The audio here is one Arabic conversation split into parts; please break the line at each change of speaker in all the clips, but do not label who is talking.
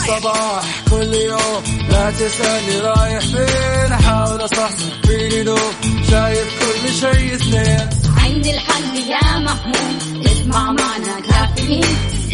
الصباح كل يوم لا تسألني رايح فين أحاول أصحصح فيني لو شايف كل شيء اثنين
عندي الحل يا محمود اسمع معنا كافيين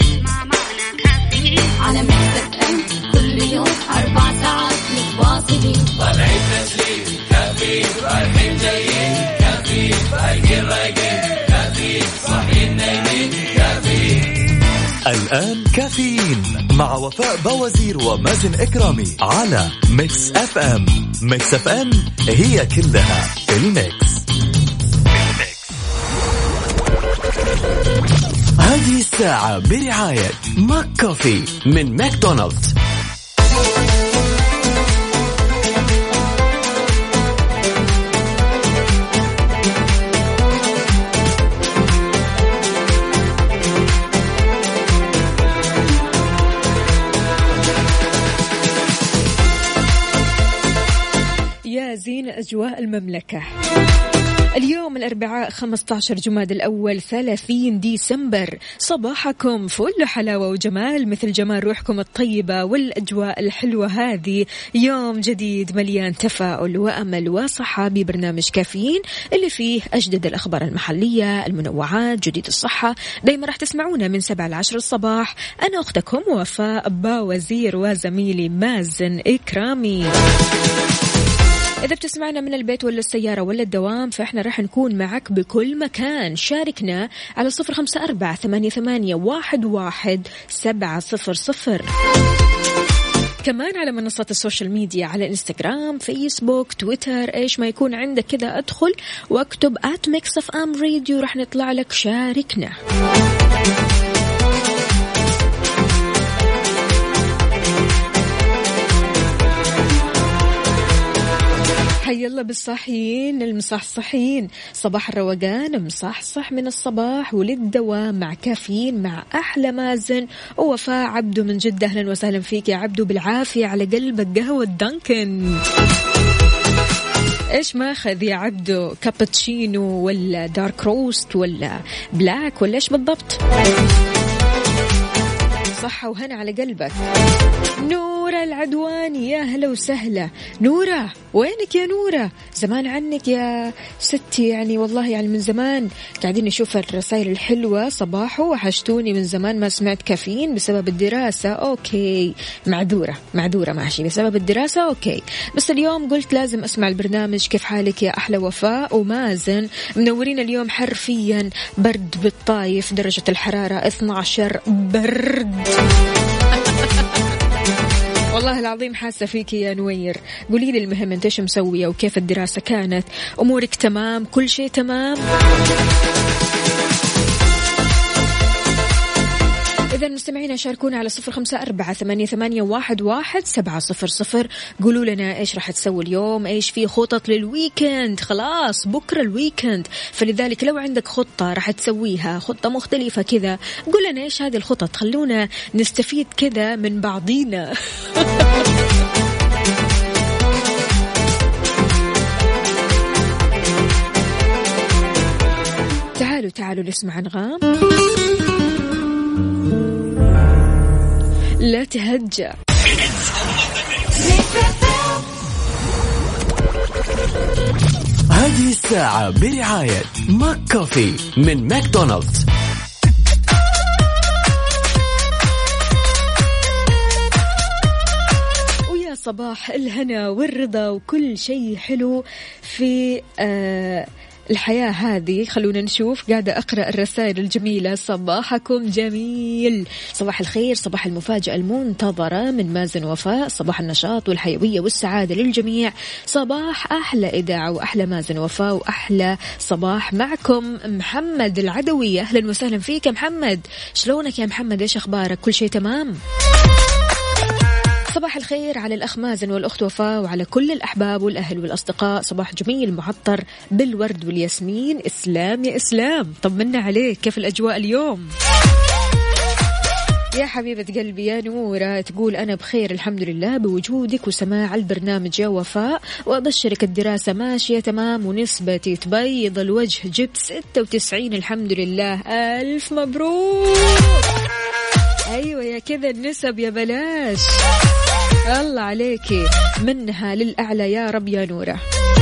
على مكتب كل يوم 4 ساعات متواصلين طالعين تسليم كافيين رايحين جايين كافيين فايقين رايقين كافيين صاحيين نايمين كافيين.
الآن كافيين مع وفاء بوازير ومازن إكرامي على ميكس اف ام. ميكس اف ام هي كلها الميكس. هذه الساعة برعاية ماك كوفي من ماكدونالدز.
يا زين أجواء المملكة. اليوم الأربعاء 15 جماد الأول 30 ديسمبر. صباحكم فل حلاوة وجمال مثل جمال روحكم الطيبة والأجواء الحلوة هذه. يوم جديد مليان تفاؤل وأمل وصحة ببرنامج كافيين اللي فيه أجدد الأخبار المحلية، المنوعات، جديد الصحة. دايما راح تسمعونا من 7 ل 10 الصباح. أنا أختكم وفاء باوزير وزميلي مازن إكرامي. إذا بتسمعنا من البيت ولا السيارة ولا الدوام فإحنا راح نكون معك بكل مكان. شاركنا على 0548811700. كمان على منصات السوشيال ميديا على إنستغرام، فيسبوك، تويتر، إيش ما يكون عندك كذا أدخل واكتب @mixfmradio راح نطلع لك. شاركنا. حي الله بالصحيين المصحصحين. صباح الروقان مصحصح من الصباح وللدوام مع كافيين مع أحلى مازن ووفاء عبدو من جدة. أهلا وسهلا فيك يا عبدو، بالعافية على قلبك قهوة دانكن. إيش ماخذ يا عبدو؟ كابتشينو ولا دارك روست ولا بلاك ولا إيش بالضبط؟ صحة وهنا على قلبك. نورة العدواني يا هلا وسهلا. نورة وينك يا نورة؟ زمان عنك يا ستي، يعني والله يعني من زمان قاعدين نشوف الرسائل الحلوة. صباحو وحشتوني من زمان ما سمعت كافيين بسبب الدراسة. أوكي معذورة ماشي بسبب الدراسة أوكي، بس اليوم قلت لازم أسمع البرنامج. كيف حالك يا أحلى وفاء ومازن؟ منورين اليوم حرفيا. برد بالطايف درجة الحرارة 12 برد. والله العظيم حاسة فيك يا نوير. قولي لي المهم انت ايش مسوية وكيف الدراسة كانت؟ أمورك تمام؟ كل شيء تمام؟ إذا مستمعينا شاركونا على 0548811700. قولوا لنا إيش راح تسوي اليوم، إيش في خطط للويكند. خلاص بكرة الويكند، فلذلك لو عندك خطة راح تسويها، خطة مختلفة كذا، قول لنا إيش هذه الخطط، خلونا نستفيد كذا من بعضينا. تعالوا نسمع أنغام. لا تهجأ.
هذه الساعة برعاية ماك كوفي من ماكدونالدز.
ويا صباح الهنا والرضا وكل شيء حلو في الحياة هذه. خلونا نشوف، قاعدة أقرأ الرسائل الجميلة. صباحكم جميل، صباح الخير، صباح المفاجأة المنتظرة من مازن وفاء، صباح النشاط والحيوية والسعادة للجميع، صباح أحلى إذاعة وأحلى مازن وفاء وأحلى صباح معكم محمد العدوي. أهلا وسهلا فيك محمد، شلونك يا محمد؟ إيش أخبارك؟ كل شيء تمام؟ صباح الخير على الأخ مازن والأخت وفاء وعلى كل الأحباب والأهل والأصدقاء. صباح جميل معطر بالورد والياسمين. إسلام يا إسلام، طمنا عليك، كيف الأجواء اليوم؟ يا حبيبة قلبي يا نورة تقول أنا بخير الحمد لله بوجودك وسماع البرنامج يا وفاء، وأبشرك الدراسة ماشية تمام ونسبتي تبيض الوجه، جبت 96 الحمد لله. ألف مبروك أيوة يا كذا النسب يا بلاش. الله عليكي، منها للأعلى يا رب يا نورة.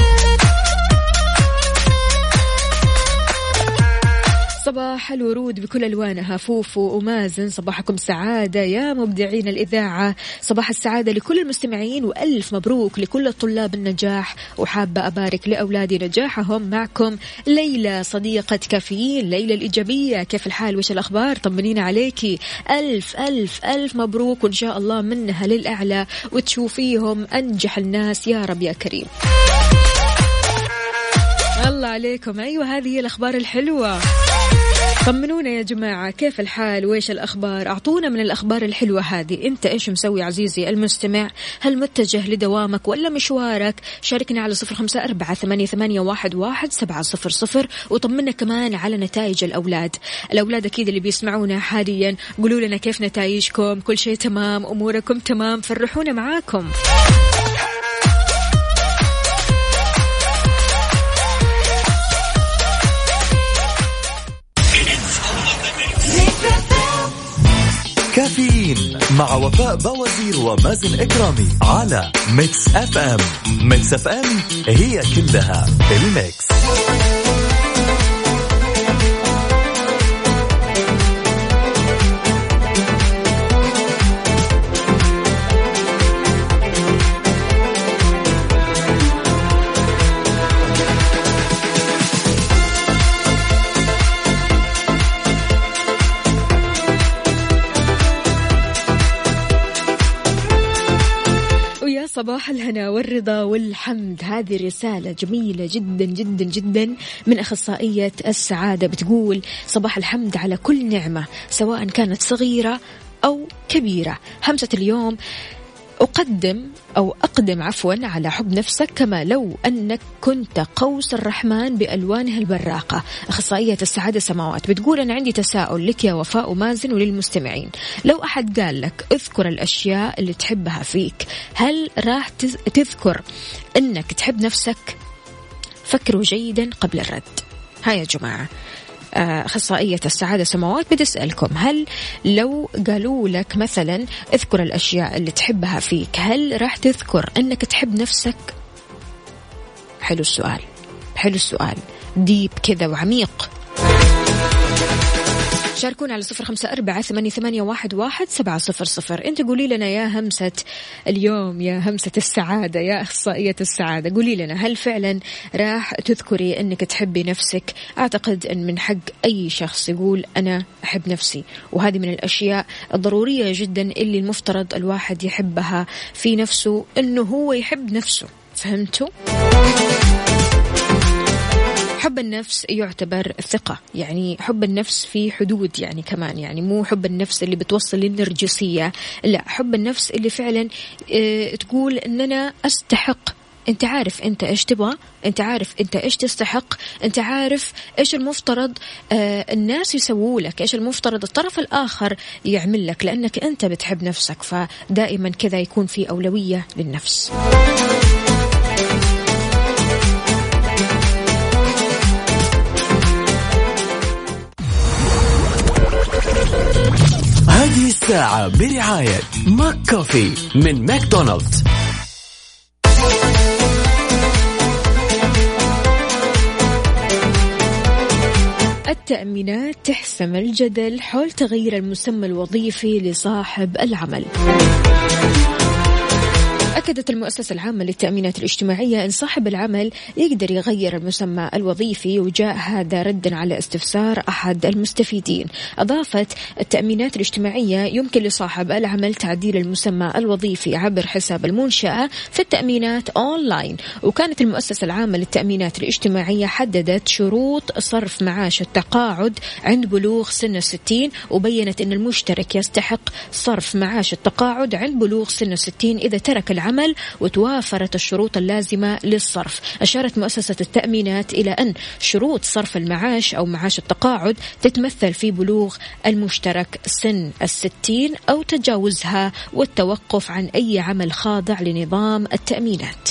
صباح الورود بكل ألوانها، فوفو ومازن صباحكم سعادة يا مبدعين الإذاعة، صباح السعادة لكل المستمعين، وألف مبروك لكل طلاب النجاح، وحابة أبارك لأولادي نجاحهم. معكم ليلى صديقة كافيين، ليلى الإيجابية، كيف الحال وش الأخبار؟ طمنينا عليكي. ألف ألف ألف مبروك، وإن شاء الله منها للأعلى وتشوفيهم أنجح الناس يا رب يا كريم. الله عليكم. أيوة هذه هي الأخبار الحلوة. طمنونا يا جماعة كيف الحال وإيش الأخبار؟ أعطونا من الأخبار الحلوة هذه. أنت إيش مسوي عزيزي المستمع؟ هل متجه لدوامك ولا مشوارك؟ شاركنا على 0548811700 وطمنا كمان على نتائج الأولاد أكيد اللي بيسمعونا حاليا. قولوا لنا كيف نتائجكم، كل شيء تمام، أموركم تمام، فرحونا معاكم.
كافيين مع وفاء بوازير ومازن إكرامي على ميكس اف ام. ميكس اف ام هي كلها الميكس.
صباح الهنا والرضا والحمد. هذه رسالة جميلة جدا جدا جدا من أخصائية السعادة، بتقول صباح الحمد على كل نعمة سواء كانت صغيرة أو كبيرة. همسة اليوم: أقدم على حب نفسك كما لو أنك كنت قوس الرحمن بألوانه البراقة. أخصائية السعادة سماوات بتقول أنا عندي تساؤل لك يا وفاء ومازن وللمستمعين. لو أحد قال لك اذكر الأشياء اللي تحبها فيك، هل راح تذكر أنك تحب نفسك؟ فكروا جيدا قبل الرد. هاي يا جماعة أخصائية السعادة سماوات بتسألكم، هل لو قالوا لك مثلا اذكر الأشياء اللي تحبها فيك، هل راح تذكر أنك تحب نفسك؟ حلو السؤال ديب كذا وعميق. شاركونا على 0548811700. انت قولي لنا يا همسة اليوم، يا همسة السعادة، يا أخصائية السعادة، قولي لنا هل فعلا راح تذكري أنك تحبي نفسك؟ أعتقد أن من حق أي شخص يقول أنا أحب نفسي، وهذه من الأشياء الضرورية جدا اللي المفترض الواحد يحبها في نفسه، أنه هو يحب نفسه. فهمتوا؟ حب النفس يعتبر ثقة، يعني حب النفس في حدود، يعني كمان يعني مو حب النفس اللي بتوصل للنرجسية، لا، حب النفس اللي فعلا تقول أن أنا أستحق. أنت عارف أنت إيش تبغى، أنت عارف أنت إيش تستحق، أنت عارف إيش المفترض الناس يسووا لك، إيش المفترض الطرف الآخر يعمل لك، لأنك أنت بتحب نفسك. فدائما كذا يكون في أولوية للنفس.
هذه الساعة برعاية ماك كوفي من ماكدونالدز.
التأمينات تحسم الجدل حول تغيير المسمى الوظيفي لصاحب العمل. أكدت المؤسسة العامة للتأمينات الاجتماعية أن صاحب العمل يقدر يغير المسمى الوظيفي، وجاء هذا ردا على استفسار أحد المستفيدين. أضافت التأمينات الاجتماعية يمكن لصاحب العمل تعديل المسمى الوظيفي عبر حساب المنشأة في التأمينات أونلاين. وكانت المؤسسة العامة للتأمينات الاجتماعية حددت شروط صرف معاش التقاعد عند بلوغ سن 60، وبينت أن المشترك يستحق صرف معاش التقاعد عند بلوغ سن 60 إذا ترك العمل وتوافرت الشروط اللازمة للصرف. أشارت مؤسسة التأمينات إلى أن شروط صرف المعاش أو معاش التقاعد تتمثل في بلوغ المشترك سن 60 أو تجاوزها، والتوقف عن أي عمل خاضع لنظام التأمينات.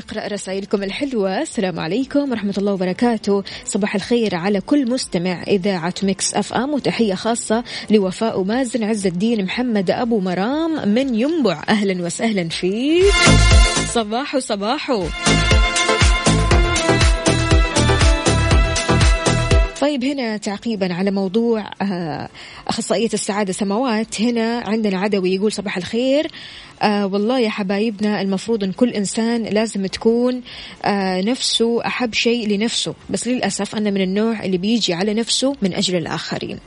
نقرأ رسائلكم الحلوة. السلام عليكم ورحمة الله وبركاته. صباح الخير على كل مستمع إذاعة ميكس أف أم، وتحية خاصة لوفاء ومازن. عز الدين محمد أبو مرام من ينبع، أهلا وسهلا فيك. صباحو صباحو. طيب هنا تعقيبا على موضوع أخصائية السعادة سماوات، هنا عندنا عدوي يقول صباح الخير. والله يا حبايبنا المفروض أن كل إنسان لازم تكون نفسه أحب شيء لنفسه، بس للأسف أنا من النوع اللي بيجي على نفسه من أجل الآخرين.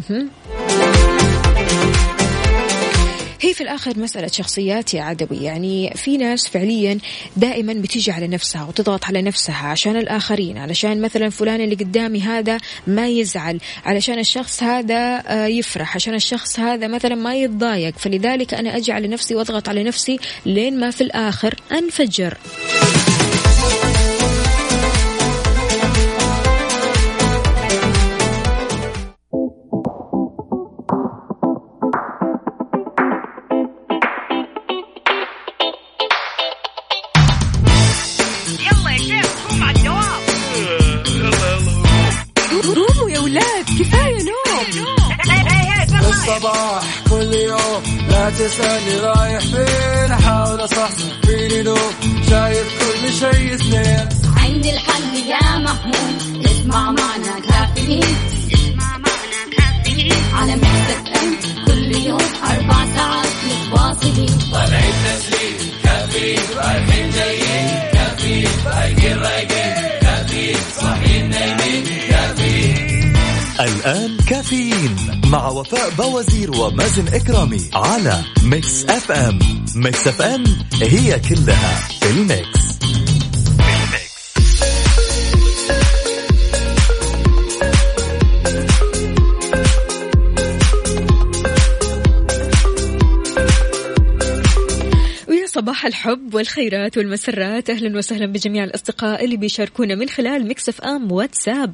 هي في الآخر مسألة شخصيات يا عدوي، يعني في ناس فعليا دائما بتيجي على نفسها وتضغط على نفسها عشان الآخرين، علشان مثلا فلان اللي قدامي هذا ما يزعل، علشان الشخص هذا يفرح، عشان الشخص هذا مثلا ما يتضايق، فلذلك أنا أجي على نفسي وأضغط على نفسي لين ما في الآخر أنفجر.
الصباح كل يوم لا تسألني رايح فين، أحاول أصحصح فيني نوم، شايف كل شيء سنين.
عندي الحل يا محمود، اسمع معنا كافيين، اسمع معنا كافيين على ميكس اف ام، كل يوم 4 ساعات متواصلين.
طالعين تسليم كافيين، رايحين جايين كافيين، رايقين رايقين كافيين، صاحيين نايمين كافيين.
الآن كافيين مع وفاء بوازير ومازن إكرامي على ميكس أف أم. ميكس أف أم هي كلها في الميكس.
صباح الحب والخيرات والمسرات، أهلا وسهلا بجميع الأصدقاء اللي بيشاركونا من خلال ميكس اف ام واتساب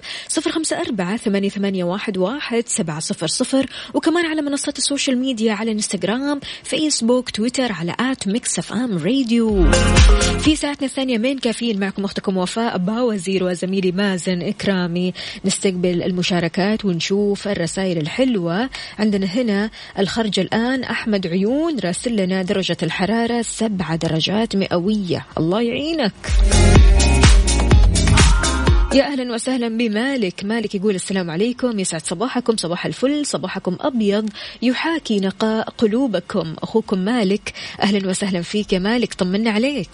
0548811700، وكمان على منصات السوشيال ميديا على انستغرام فيسبوك تويتر على ميكس اف ام راديو. في ساعتنا الثانية من كافيين معكم أختكم وفاء باوزير وزميلي مازن إكرامي، نستقبل المشاركات ونشوف الرسائل الحلوة. عندنا هنا الخرج الآن أحمد عيون راسل لنا درجة الحرارة 7 درجات مئوية، الله يعينك. يا أهلا وسهلا بمالك. مالك يقول السلام عليكم، يسعد صباحكم، صباح الفل، صباحكم أبيض يحاكي نقاء قلوبكم. أخوكم مالك، أهلا وسهلا فيك يا مالك، طمنا عليك.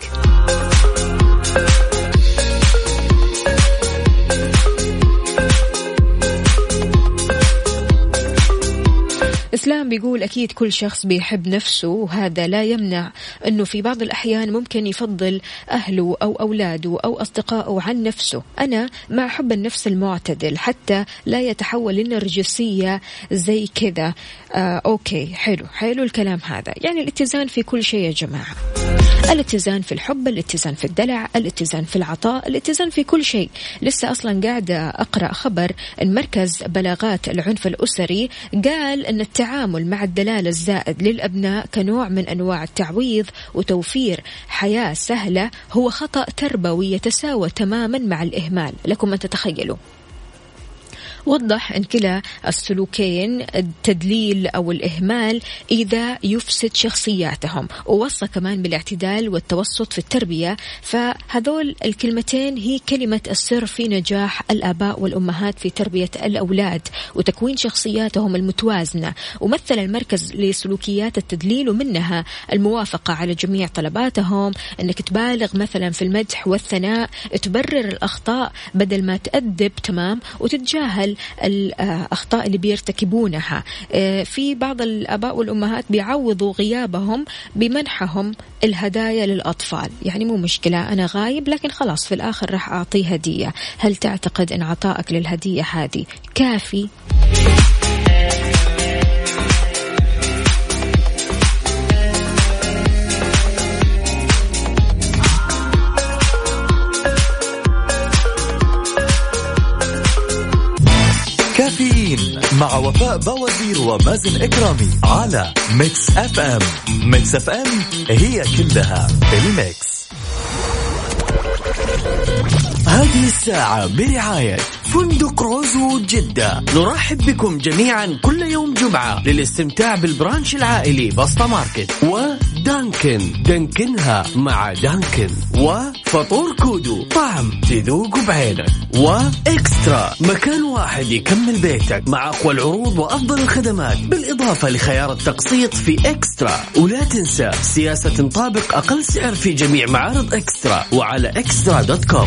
إسلام بيقول أكيد كل شخص بيحب نفسه، وهذا لا يمنع أنه في بعض الأحيان ممكن يفضل أهله أو أولاده أو أصدقائه عن نفسه. أنا مع حب النفس المعتدل حتى لا يتحول للنرجسية زي كذا. أوكي، حلو الكلام هذا، يعني الاتزان في كل شيء يا جماعة، الاتزان في الحب، الاتزان في الدلع، الاتزان في العطاء، الاتزان في كل شيء. لسه أصلا قاعدة أقرأ خبر أن مركز بلاغات العنف الأسري قال أن التعامل مع الدلال الزائد للأبناء كنوع من أنواع التعويض وتوفير حياة سهلة هو خطأ تربوي يتساوى تماما مع الإهمال. لكم أن تتخيلوا. وضح أن كلا السلوكين التدليل أو الإهمال إذا يفسد شخصياتهم، ووصى كمان بالاعتدال والتوسط في التربية. فهذول الكلمتين هي كلمة السر في نجاح الآباء والأمهات في تربية الأولاد وتكوين شخصياتهم المتوازنة. ومثل المركز لسلوكيات التدليل ومنها الموافقة على جميع طلباتهم، أنك تبالغ مثلا في المدح والثناء، تبرر الأخطاء بدل ما تأدب، تمام، وتتجاهل الأخطاء اللي بيرتكبونها. في بعض الآباء والأمهات بيعوضوا غيابهم بمنحهم الهدايا للأطفال، يعني مو مشكلة أنا غايب لكن خلاص في الآخر راح أعطيه هدية. هل تعتقد أن عطائك للهدية هذه كافي؟
كافيين مع وفاء بوازير ومازن إكرامي على ميكس أف أم. ميكس أف أم هي كلها في الميكس. هذه الساعة برعاية فندق روزوود جدة. نرحب بكم جميعا كل يوم جمعة للاستمتاع بالبرانش العائلي بسطة ماركت، ودانكن دانكنها مع دانكن، وفطور كودو طعم تذوق بعينك، وإكسترا مكان واحد يكمل بيتك مع أقوى العروض وأفضل الخدمات بالإضافة لخيار التقسيط في إكسترا. ولا تنسى سياسة تنطابق أقل سعر في جميع معارض إكسترا وعلى extra.com.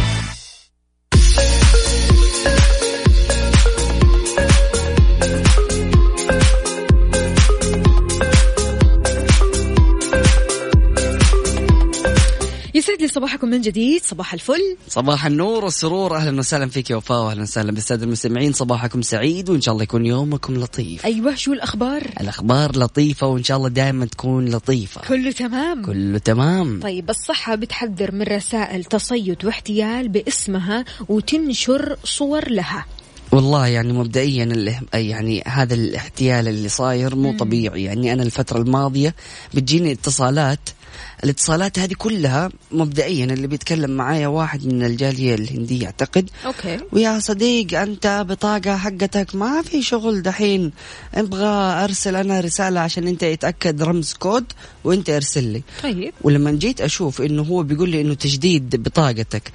يسعد لي صباحكم من جديد، صباح الفل،
صباح النور والسرور. أهلا وسهلا فيك يا وفاء، وأهلا وسهلا بالسادة المستمعين. صباحكم سعيد وإن شاء الله يكون يومكم لطيف.
أيوة، شو الأخبار؟
الأخبار لطيفة وإن شاء الله دائما تكون لطيفة.
كله تمام،
كله تمام.
طيب، الصحة بتحذر من رسائل تصيد واحتيال باسمها وتنشر صور لها.
والله يعني مبدئيا يعني هذا الاحتيال اللي صاير مو طبيعي. يعني أنا الفترة الماضية بتجيني الاتصالات هذه كلها مبدئيا اللي بيتكلم معايا واحد من الجالية الهندية أعتقد.
أوكي.
ويا صديق أنت بطاقة حقتك ما في شغل دحين، أبغى أرسل أنا رسالة عشان أنت يتأكد رمز كود وأنت أرسل لي.
طيب.
ولما جيت أشوف إنه هو بيقول لي إنه تجديد بطاقتك،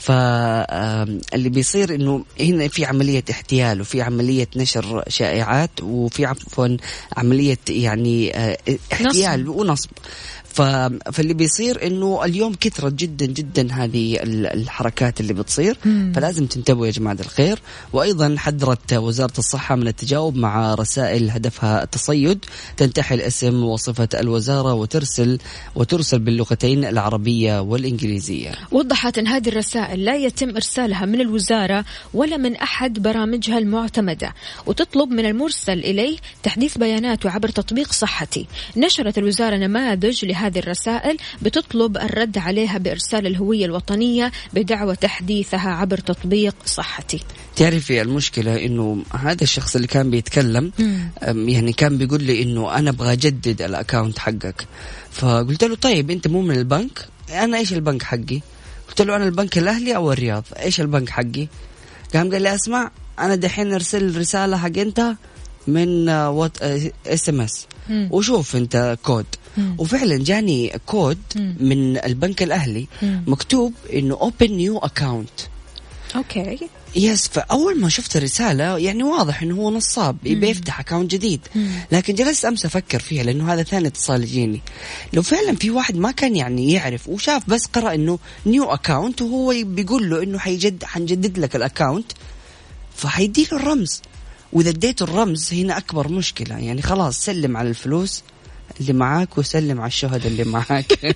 فاللي بيصير إنه هنا في عملية احتيال وفي عملية نشر شائعات وفي عفوا عملية يعني احتيال ونصب. فاللي بيصير إنه اليوم كثرت جدا جدا هذه الحركات اللي بتصير، فلازم تنتبهوا يا جماعة الخير. وأيضا حذرت وزارة الصحة من التجاوب مع رسائل هدفها التصيد تنتحي الاسم وصفة الوزارة وترسل باللغتين العربية والإنجليزية.
وضحت أن هذه الرسائل لا يتم إرسالها من الوزارة ولا من أحد برامجها المعتمدة، وتطلب من المرسل إليه تحديث بياناته عبر تطبيق صحتي. نشرت الوزارة نماذج لهذه الرسائل بتطلب الرد عليها بإرسال الهوية الوطنية بدعوى تحديثها عبر تطبيق صحتي.
تعرفي المشكلة إنه هذا الشخص اللي كان بيتكلم يعني كان بيقول لي إنه أنا أبغى أجدد الأكاونت حقك. فقلت له طيب أنت مو من البنك؟ أنا إيش البنك حقي؟ قلت له أنا البنك الأهلي أو الرياض، إيش البنك حقي؟ قام قال لي أسمع، أنا دحين أرسل رسالة حق أنت من SMS وشوف أنت كود. وفعلا جاني كود من البنك الأهلي مكتوب إنه open new account.
أوكي.
يس. فأول ما شفت الرسالة يعني واضح إنه هو نصاب يبي يفتح أكاونت جديد. لكن جلست أمس أفكر فيها لأنه هذا ثاني اتصال يجيني. لو فعلا في واحد ما كان يعني يعرف وشاف بس قرأ إنه نيو أكاونت وهو بيقول له إنه حنجدد لك الأكاونت، فحيديله الرمز. وإذا اديته الرمز هنا أكبر مشكلة. يعني خلاص سلم على الفلوس اللي معاك وسلم على الشهداء اللي معاك.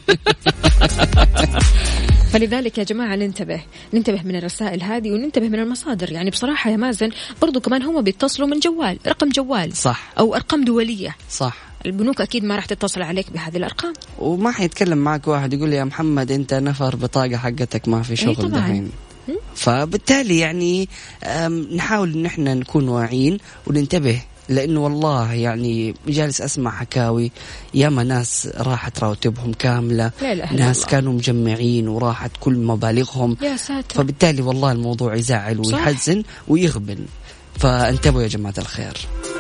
فلذلك يا جماعة ننتبه من الرسائل هذه وننتبه من المصادر. يعني بصراحة يا مازن برضو كمان هم بيتصلوا من جوال، رقم جوال
صح،
أو أرقام دولية
صح.
البنوك أكيد ما راح تتصل عليك بهذه الأرقام،
وما حيتكلم معك واحد يقول لي يا محمد أنت نفر بطاقة حقتك ما في شغل دحين. فبالتالي يعني نحاول إن احنا نكون واعيين وننتبه، لأنه والله يعني جالس أسمع حكاوي ياما ناس راحت رواتبهم كاملة، ناس كانوا مجمعين وراحت كل مبالغهم.
يا ساتر.
فبالتالي والله الموضوع يزعل ويحزن ويغبن. فانتبهوا يا جماعة الخير.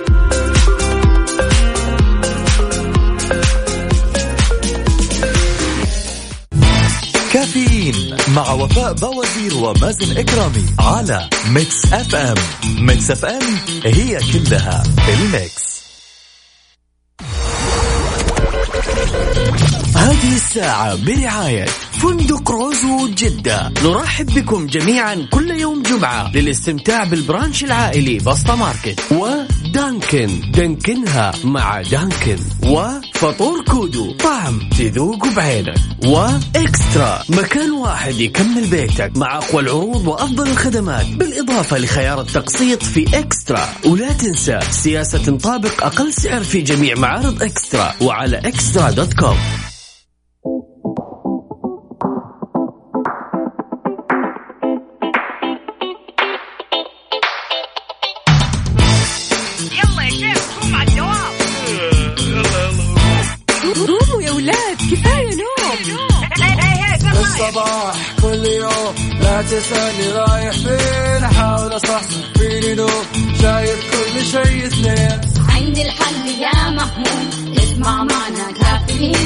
كافيين مع وفاء بوازير ومازن إكرامي على ميكس اف ام. ميكس اف ام هي كلها الميكس. هذه الساعة برعاية فندق روزوود جدة. نرحب بكم جميعا كل يوم جمعة للاستمتاع بالبرانش العائلي بسطة ماركت، ودانكن دانكنها مع دانكن، وفطور كودو طعم تذوق بعينك، وإكسترا مكان واحد يكمل بيتك مع أقوى العروض وأفضل الخدمات بالإضافة لخيار التقسيط في إكسترا. ولا تنسى سياسة تنطابق أقل سعر في جميع معارض إكسترا وعلى extra.com.
قوموا يا ولاد، كفاية نوم.
الصباح كل يوم لا تسألني رايح فين أحاول أصحصح فيني لو شايف كل شيء اثنين.
عندي الحل يا محمود اسمع معنا كافيين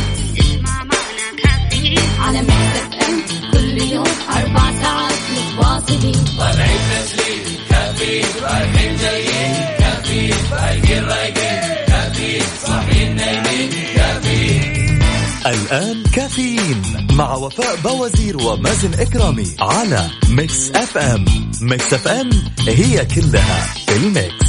على ميكس اف ام كل يوم 4 ساعات متواصلين.
طالعين تسليم كافيين رايحين جايين كافيين رايقين كافيين صاحيين نايمين كافيين. الآن كافيين مع وفاء بوازير ومازن إكرامي على ميكس اف ام. ميكس اف ام هي كلها الميكس.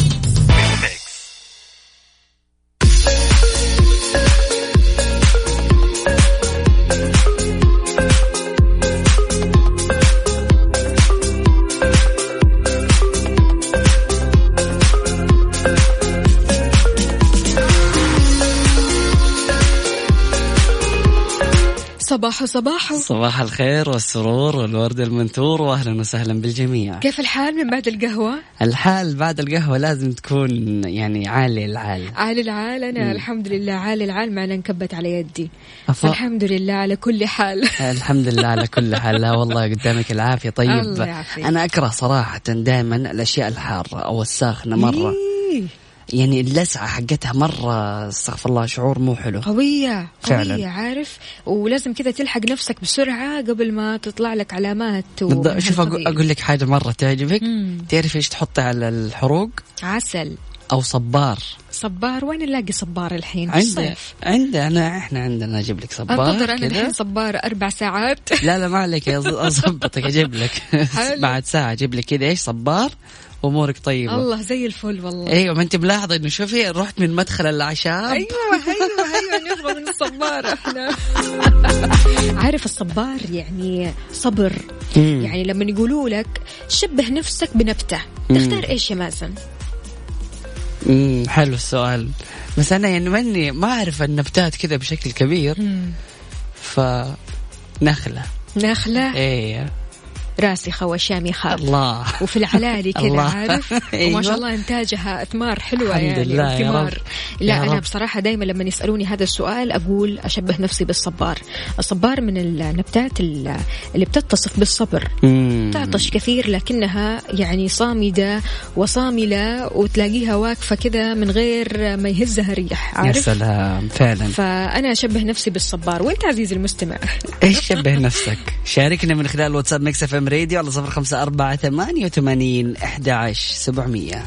صباح الخير والسرور والورد المنثور، واهلا وسهلا بالجميع.
كيف الحال من بعد القهوة؟
الحال بعد القهوة لازم تكون يعني عالي العال.
عالي العال. أنا الحمد لله عالي العال، معنا انكبت على يدي. الحمد لله على كل حال.
الحمد لله على كل حال. لا والله قدامك العافية. طيب أنا أكره صراحة دائما الأشياء الحارة أو الساخنة مرة. يعني اللسعة حقتها مرة استغفر الله شعور مو حلو.
قوية عارف، ولازم كذا تلحق نفسك بسرعة قبل ما تطلع لك علامات.
شوف أقول لك حاجة مرة تعجبك. تعرف إيش تحطي على الحروق؟ عسل أو صبار. وين نلاقي صبار الحين؟ احنا عندنا اجيب لك صبار.
انتظر انا الحين صبار 4 ساعات.
لا ما عليك، اضبطك اجيب لك بعد ساعة اجيب لك كذا ايش صبار وامورك طيبه.
الله زي الفل والله.
ايوه ما انت ملاحظه انه شوفي رحت من مدخل الاعشاب.
ايوه نبغى من الصبار احنا. عارف الصبار يعني صبر. يعني لما يقولوا لك شبه نفسك بنبته تختار ايش يا مازن؟
حلو السؤال، بس انا يعني ماني ما اعرف النباتات كذا بشكل كبير. فنخله ايه
راسخة وشامخة.
الله.
وفي العلالي كذا عارف. وما شاء الله إنتاجها أثمار حلوة يعني ثمار. لا أنا بصراحة دايما لما يسألوني هذا السؤال أقول أشبه نفسي بالصبار. الصبار من النباتات اللي بتتصف بالصبر. تعطش كثير لكنها يعني صامدة وصاملة، وتلاقيها واقفة كذا من غير ما يهزها ريح. عارف؟
يا سلام فعلا.
فأنا أشبه نفسي بالصبار. وأنت عزيزي المستمع
إيش شبه نفسك؟ شاركنا من خلال واتساب ميكس اف ام راديو على 0548811700.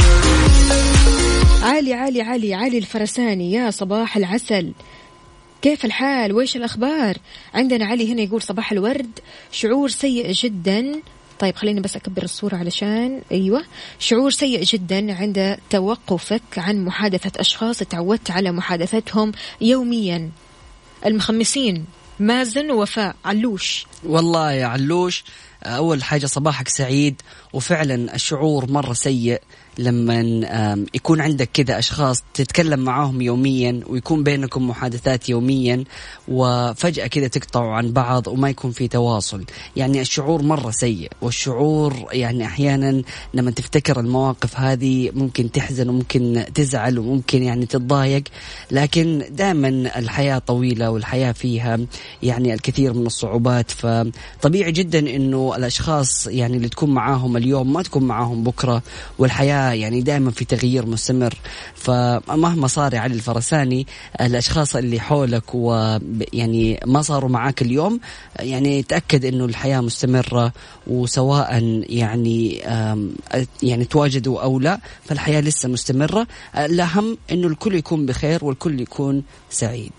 علي الفرساني، يا صباح العسل، كيف الحال وإيش الأخبار؟ عندنا علي هنا يقول صباح الورد، شعور سيء جدا. طيب خليني بس أكبر الصورة علشان أيوة. شعور سيء جدا عند توقفك عن محادثة أشخاص تعودت على محادثتهم يوميا. المخمسين مازن وفاء علوش.
والله يا علوش، أول حاجة صباحك سعيد. وفعلا الشعور مرة سيء لما يكون عندك كذا أشخاص تتكلم معاهم يوميا ويكون بينكم محادثات يوميا وفجأة كذا تقطعوا عن بعض وما يكون في تواصل. يعني الشعور مرة سيء. والشعور يعني أحيانا لما تفتكر المواقف هذه ممكن تحزن وممكن تزعل وممكن يعني تتضايق، لكن دائما الحياة طويلة والحياة فيها يعني الكثير من الصعوبات. فطبيعي جدا إنه الأشخاص يعني اللي تكون معاهم اليوم ما تكون معاهم بكرة، والحياة يعني دائما في تغيير مستمر. فمهما صار علي الفرساني الأشخاص اللي حولك ويعني ما صاروا معاك اليوم، يعني تأكد إنه الحياة مستمرة، وسواء يعني تواجدوا أو لا فالحياة لسه مستمرة. الأهم إنه الكل يكون بخير والكل يكون سعيد.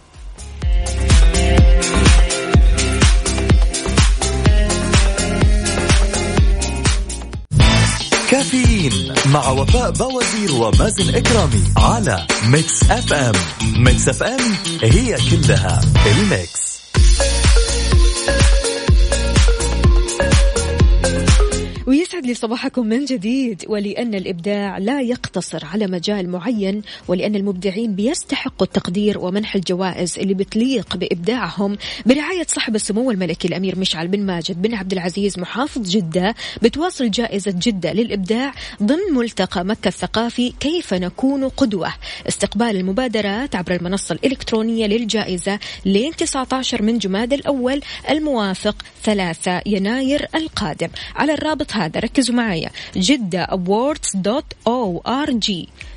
كافيين مع وفاء بوازير ومازن إكرامي على ميكس اف ام. ميكس اف ام هي كلها الميكس.
ويسعد يسعد لي صباحكم من جديد. ولأن الإبداع لا يقتصر على مجال معين، ولأن المبدعين بيستحقوا التقدير ومنح الجوائز اللي بتليق بإبداعهم، برعاية صاحب السمو الملكي الأمير مشعل بن ماجد بن عبد العزيز محافظ جدة، بتواصل جائزة جدة للإبداع ضمن ملتقى مكة الثقافي كيف نكون قدوة. استقبال المبادرات عبر المنصة الإلكترونية للجائزة لين 19 من جماد الأول الموافق 3 يناير القادم. على الرابط هذا ركزوا معايا، JiddaAwards.org،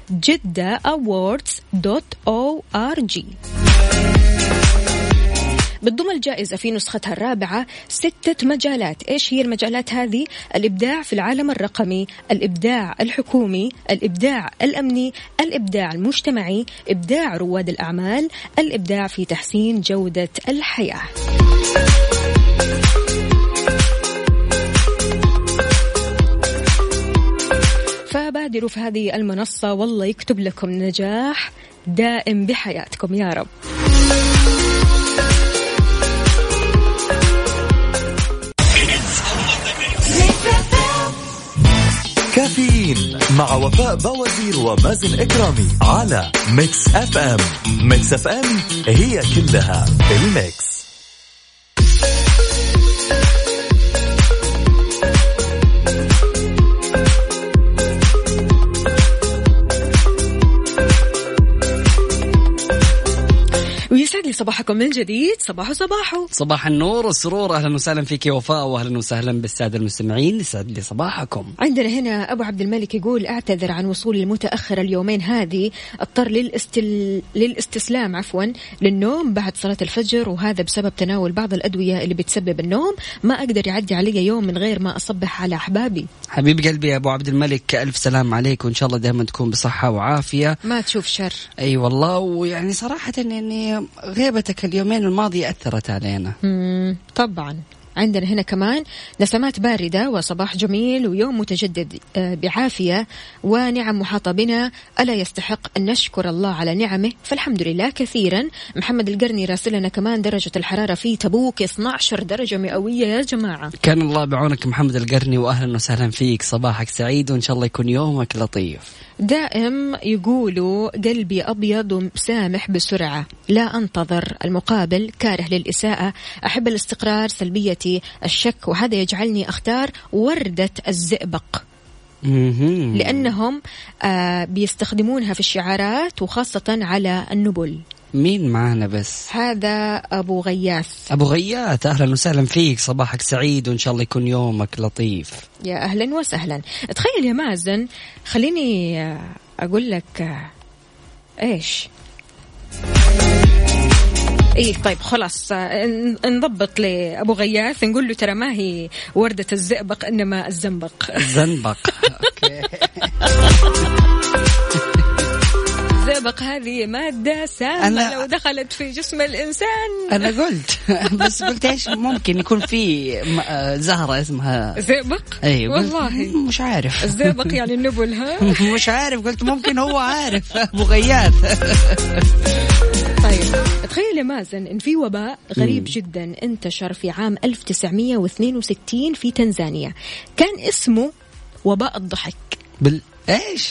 JiddaAwards.org. بتضم الجائزة في نسختها الرابعة 6 مجالات. إيش هي المجالات هذه؟ الإبداع في العالم الرقمي، الإبداع الحكومي، الإبداع الأمني، الإبداع المجتمعي، إبداع رواد الأعمال، الإبداع في تحسين جودة الحياة. فبادروا في هذه المنصة، والله يكتب لكم نجاح دائم بحياتكم يا رب.
كافيين مع وفاء بوازير ومازن إكرامي على ميكس اف ام. ميكس اف ام هي كلها الميكس.
ويسعد لي صباحكم من جديد. صباحو
صباح النور والسرور. أهلا وسهلا فيك وفاء، وأهلا وسهلا بالسادة المستمعين. يسعد لي صباحكم.
عندنا هنا أبو عبد الملك يقول أعتذر عن وصول المتأخر اليومين هذه، اضطر للاستسلام للنوم بعد صلاة الفجر، وهذا بسبب تناول بعض الأدوية اللي بتسبب النوم. ما أقدر يعدي علي يوم من غير ما أصبح على أحبابي.
حبيب قلبي يا أبو عبد الملك، ألف سلام عليك، وإن شاء الله دائما تكون بصحة وعافية،
ما تشوف شر.
أي والله. ويعني صراحة يعني غيبتك اليومين الماضية أثرت علينا.
طبعا. عندنا هنا كمان نسمات باردة وصباح جميل ويوم متجدد بعافية ونعم محاطة بنا، ألا يستحق أن نشكر الله على نعمه؟ فالحمد لله كثيرا. محمد القرني راسلنا كمان درجة الحرارة في تبوك 12 درجة مئوية يا جماعة.
كان الله بعونك محمد القرني، وأهلا وسهلا فيك، صباحك سعيد وإن شاء الله يكون يومك لطيف.
دائم يقولوا قلبي أبيض وسامح بسرعة، لا أنتظر المقابل، كاره للإساءة، أحب الاستقرار، سلبيتي الشك، وهذا يجعلني أختار وردة الزئبق لأنهم بيستخدمونها في الشعارات وخاصة على النبل.
مين معنا بس؟
هذا أبو غياث.
أبو غياث أهلا وسهلا فيك، صباحك سعيد وإن شاء الله يكون يومك لطيف.
يا أهلا وسهلا. تخيل يا مازن، خليني أقول لك إيش. إيه طيب خلاص نضبط لأبو غياث، نقول له ترى ما هي وردة الزئبق إنما الزنبق.
الزنبق. أوكي.
الزئبق هذه مادة سامة لو دخلت في جسم الإنسان.
أنا قلت بس قلت إيش ممكن يكون في زهرة اسمها
زئبق.
أي
والله
مش عارف.
الزئبق يعني النبل. ها
مش عارف، قلت ممكن هو عارف. أبو غياث.
طيب تخيل يا مازن إن في وباء غريب جدا انتشر في عام 1962 في تنزانيا، كان اسمه وباء الضحك.
إيش؟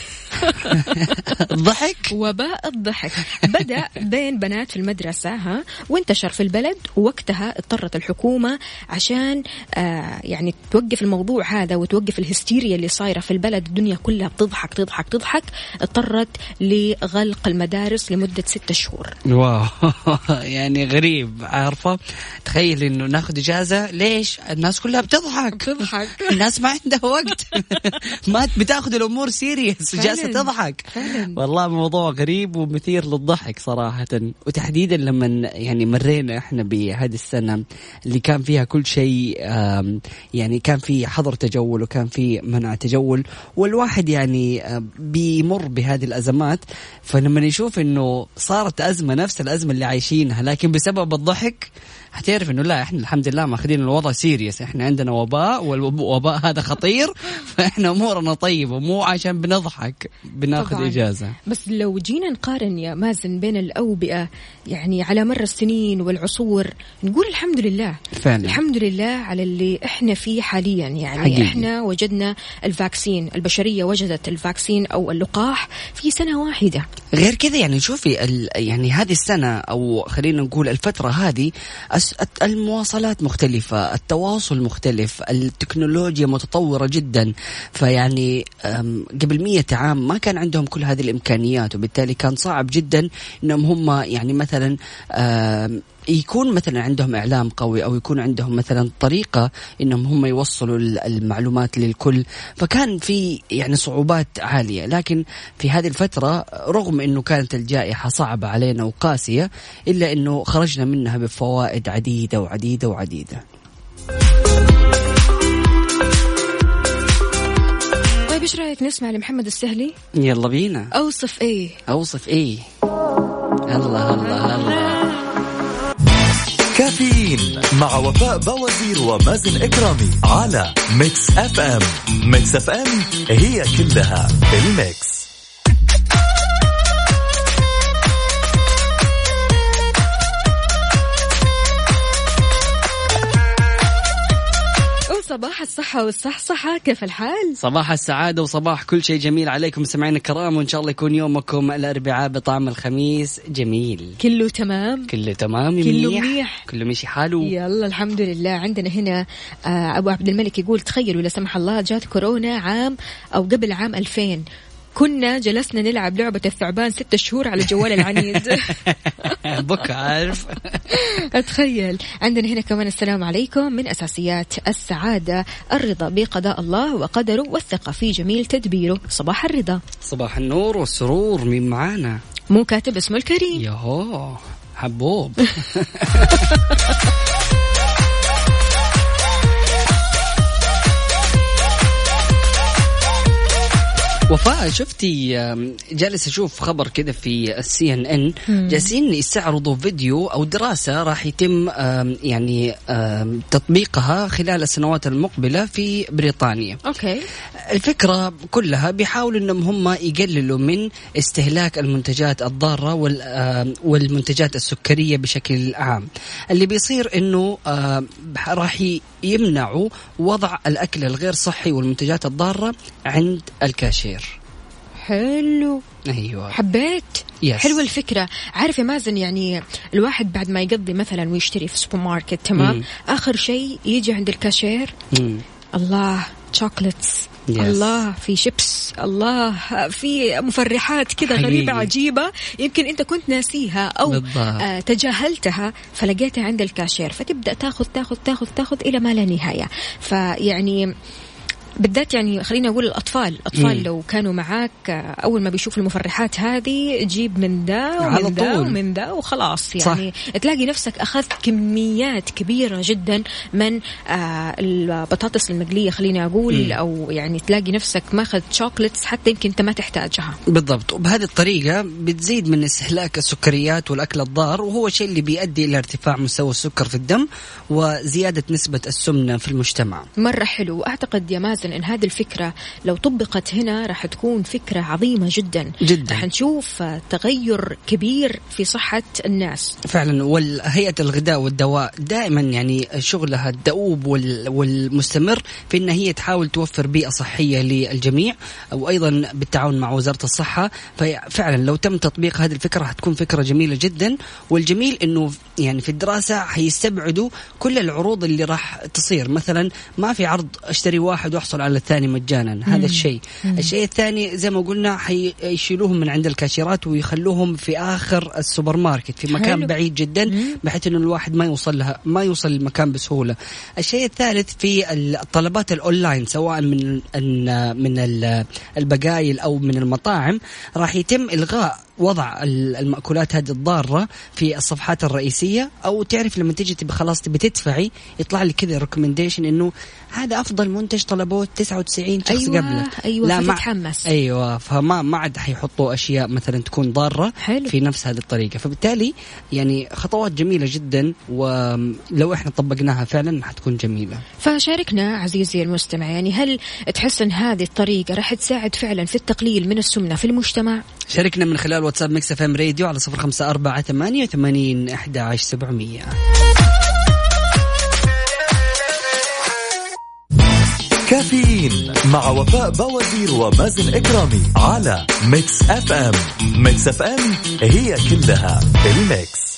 الضحك،
وباء الضحك. بدأ بين بنات في المدرسة وانتشر في البلد، ووقتها اضطرت الحكومة عشان يعني توقف الموضوع هذا وتوقف الهستيريا اللي صايرة في البلد، الدنيا كلها بتضحك تضحك تضحك، اضطرت لغلق المدارس لمدة 6 شهور.
واو. يعني غريب، عارفة تخيل انه ناخد اجازة، ليش؟ الناس كلها بتضحك. الناس ما عندها وقت. ما بتاخد الامور سيريس، جالسة تضحك. والله موضوع غريب ومثير للضحك صراحة، وتحديدا لما يعني مرينا احنا بهذه السنة اللي كان فيها كل شيء، يعني كان في حظر تجول وكان في منع تجول، والواحد يعني بيمر بهذه الأزمات، فلما نشوف انه صارت أزمة نفس الأزمة اللي عايشينها لكن بسبب الضحك، هتعرف إنه لا، إحنا الحمد لله ماخذين الوضع سيريس، إحنا عندنا وباء، والوباء هذا خطير، فإحنا أمورنا طيبة، مو عشان بنضحك بناخذ طبعاً إجازة.
بس لو جينا نقارن يا مازن بين الأوبئة يعني على مر السنين والعصور، نقول الحمد لله فعلا. الحمد لله على اللي إحنا فيه حاليا، يعني حقيقي. إحنا وجدنا الفاكسين، البشرية وجدت الفاكسين أو اللقاح في سنة واحدة.
غير كذا يعني شوفي يعني هذه السنة أو خلينا نقول الفترة هذه المواصلات مختلفة، التواصل مختلف، التكنولوجيا متطورة جدا. فيعني قبل 100 عام ما كان عندهم كل هذه الإمكانيات، وبالتالي كان صعب جدا إنهم هم يعني مثلا يكون مثلا عندهم إعلام قوي، أو يكون عندهم مثلا طريقة إنهم هم يوصلوا المعلومات للكل. فكان في يعني صعوبات عالية. لكن في هذه الفترة رغم إنه كانت الجائحة صعبة علينا وقاسية، إلا إنه خرجنا منها بفوائد عديدة وعديدة وعديدة.
طيب إيش رأيك نسمع لمحمد السهلي؟
يلا بينا.
أوصف إيه؟
أوصف إيه؟ الله الله الله.
كافيين مع وفاء بوازير ومازن إكرامي على ميكس اف ام. ميكس اف ام هي كلها الميكس.
صباح الصحة والصحصحة، كيف الحال؟
صباح السعادة وصباح كل شيء جميل عليكم سمعين الكرام، وإن شاء الله يكون يومكم الأربعاء بطعم الخميس جميل.
كله تمام؟
كله تمام،
كله منيح،
كله مشي حاله.
يلا الحمد لله. عندنا هنا أبو عبد الملك يقول تخيلوا لا سمح الله جات كورونا عام أو قبل عام 2000 كنا جلسنا نلعب لعبة الثعبان 6 شهور على الجوال العنيد.
بك عارف.
أتخيل. عندنا هنا كمان السلام عليكم، من أساسيات السعادة الرضا بقضاء الله وقدره والثقة في جميل تدبيره. صباح الرضا.
صباح النور والسرور. مين معانا؟
مو كاتب اسمه الكريم.
يهو حبوب. وفاء شفتي جالس أشوف خبر كده في CNN جالسين يستعرضوا فيديو أو دراسة راح يتم يعني تطبيقها خلال السنوات المقبلة في بريطانيا.
أوكي.
الفكرة كلها بيحاولوا إنهم هم يقللوا من استهلاك المنتجات الضارة والمنتجات السكرية بشكل عام. اللي بيصير إنه راح يمنعوا وضع الأكل الغير صحي والمنتجات الضارة عند الكاشير.
حلو.
أيوة.
حبيت.
yes.
حلوة الفكرة. عارف يا مازن، يعني الواحد بعد ما يقضي مثلا ويشتري في سوبر ماركت تمام آخر شيء يجي عند الكاشير الله شوكولاتس yes. الله في شيبس، الله في مفرحات كده غريبة عجيبة يمكن أنت كنت ناسيها أو تجاهلتها فلقيتها عند الكاشير، فتبدأ تاخذ إلى ما لا نهاية. فيعني بالذات يعني خلينا أقول الأطفال لو كانوا معاك أول ما بيشوف المفرحات هذه جيب من ده ومن ده ومن ده وخلاص، يعني صح. تلاقي نفسك أخذت كميات كبيرة جدا من البطاطس المقلية خلينا أقول أو يعني تلاقي نفسك ماخذ شوكولاتس حتى يمكن أنت ما تحتاجها.
بالضبط. وبهذه الطريقة بتزيد من استهلاك السكريات والأكل الضار، وهو شيء اللي بيؤدي إلى ارتفاع مستوى السكر في الدم وزيادة نسبة السمنة في المجتمع.
مرة حلو. وأعتقد يا مازن إن هذه الفكرة لو طبقت هنا راح تكون فكرة عظيمة جدا
جدا.
راح نشوف تغير كبير في صحة الناس
فعلا. والهيئة الغذاء والدواء دائما يعني شغلها الدؤوب والمستمر في أن هي تحاول توفر بيئة صحية للجميع، وأيضا بالتعاون مع وزارة الصحة. ففعلا لو تم تطبيق هذه الفكرة هتكون فكرة جميلة جدا. والجميل أنه يعني في الدراسة هيستبعدوا كل العروض اللي راح تصير، مثلا ما في عرض اشتري واحد واحصل على الثاني مجانا. هذا الشيء الثاني زي ما قلنا حيشيلوهم من عند الكاشيرات ويخلوهم في آخر السوبر ماركت في مكان حلو. بعيد جدا بحيث إنه الواحد ما يوصل المكان بسهولة. الشيء الثالث في الطلبات الأونلاين سواء من البقايل أو من المطاعم راح يتم إلغاء وضع المأكولات هذه الضارة في الصفحات الرئيسية، أو تعرف لما تيجي تبي خلاص تبي تدفعي يطلع لك كذا ريكومنديشن إنه هذا أفضل منتج طلبوه 99 شخص قبله.
أيوة لا فتتحمس.
أيوة فما عاد حيحطوا أشياء مثلا تكون ضارة
حلو.
في نفس هذه الطريقة. فبالتالي يعني خطوات جميلة جدا، ولو إحنا طبقناها فعلا حتكون جميلة.
فشاركنا عزيزي المستمع، يعني هل تحس أن هذه الطريقة راح تساعد فعلا في التقليل من السمنة في المجتمع؟ شاركنا
من خلال واتساب ميكس اف ام راديو على 0548811700.
كافيين مع وفاء بوازير ومازن إكرامي على ميكس اف ام. ميكس اف ام هي كلها الميكس.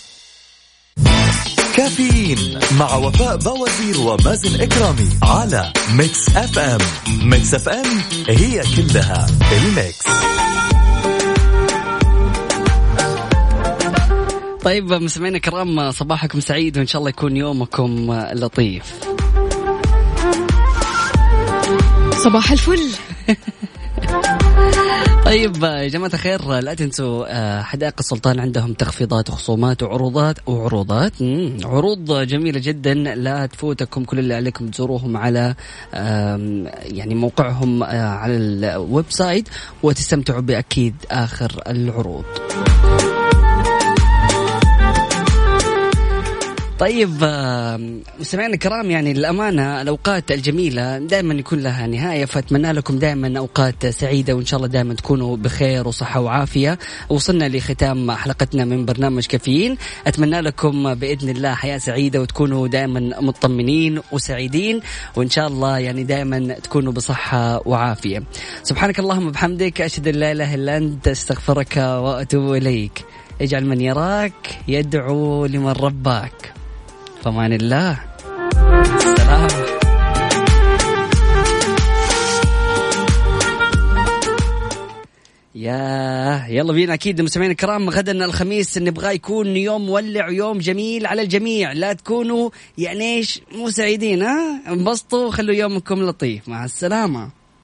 كافيين مع وفاء بوازير ومازن إكرامي على ميكس اف ام. ميكس اف ام هي كلها الميكس.
طيب مستمعينا الكرام، صباحكم سعيد وإن شاء الله يكون يومكم لطيف.
صباح الفل.
طيب يا جماعة الخير، لا تنسوا حدائق السلطان عندهم تخفيضات وخصومات وعروضات عروض جميلة جدا لا تفوتكم. كل اللي عليكم تزوروهم على يعني موقعهم على الويب سايت وتستمتعوا بأكيد آخر العروض. طيب مستمعينا الكرام، يعني الأمانة الأوقات الجميلة دائما يكون لها نهاية، فأتمنى لكم دائما أوقات سعيدة وإن شاء الله دائما تكونوا بخير وصحة وعافية. وصلنا لختام حلقتنا من برنامج كافيين، أتمنى لكم بإذن الله حياة سعيدة وتكونوا دائما مطمنين وسعيدين، وإن شاء الله يعني دائما تكونوا بصحة وعافية. سبحانك اللهم وبحمدك، أشهد أن لا إله إلا أنت، أستغفرك وأتوب إليك. اجعل من يراك يدعو لمن رباك. فمان الله. السلام. يلا بينا أكيد مستمعين الكرام، غدا الخميس نبغى يكون يوم مولع ويوم جميل على الجميع. لا تكونوا يعني مو سعيدين، انبسطوا، خلوا يومكم لطيف. مع السلامة.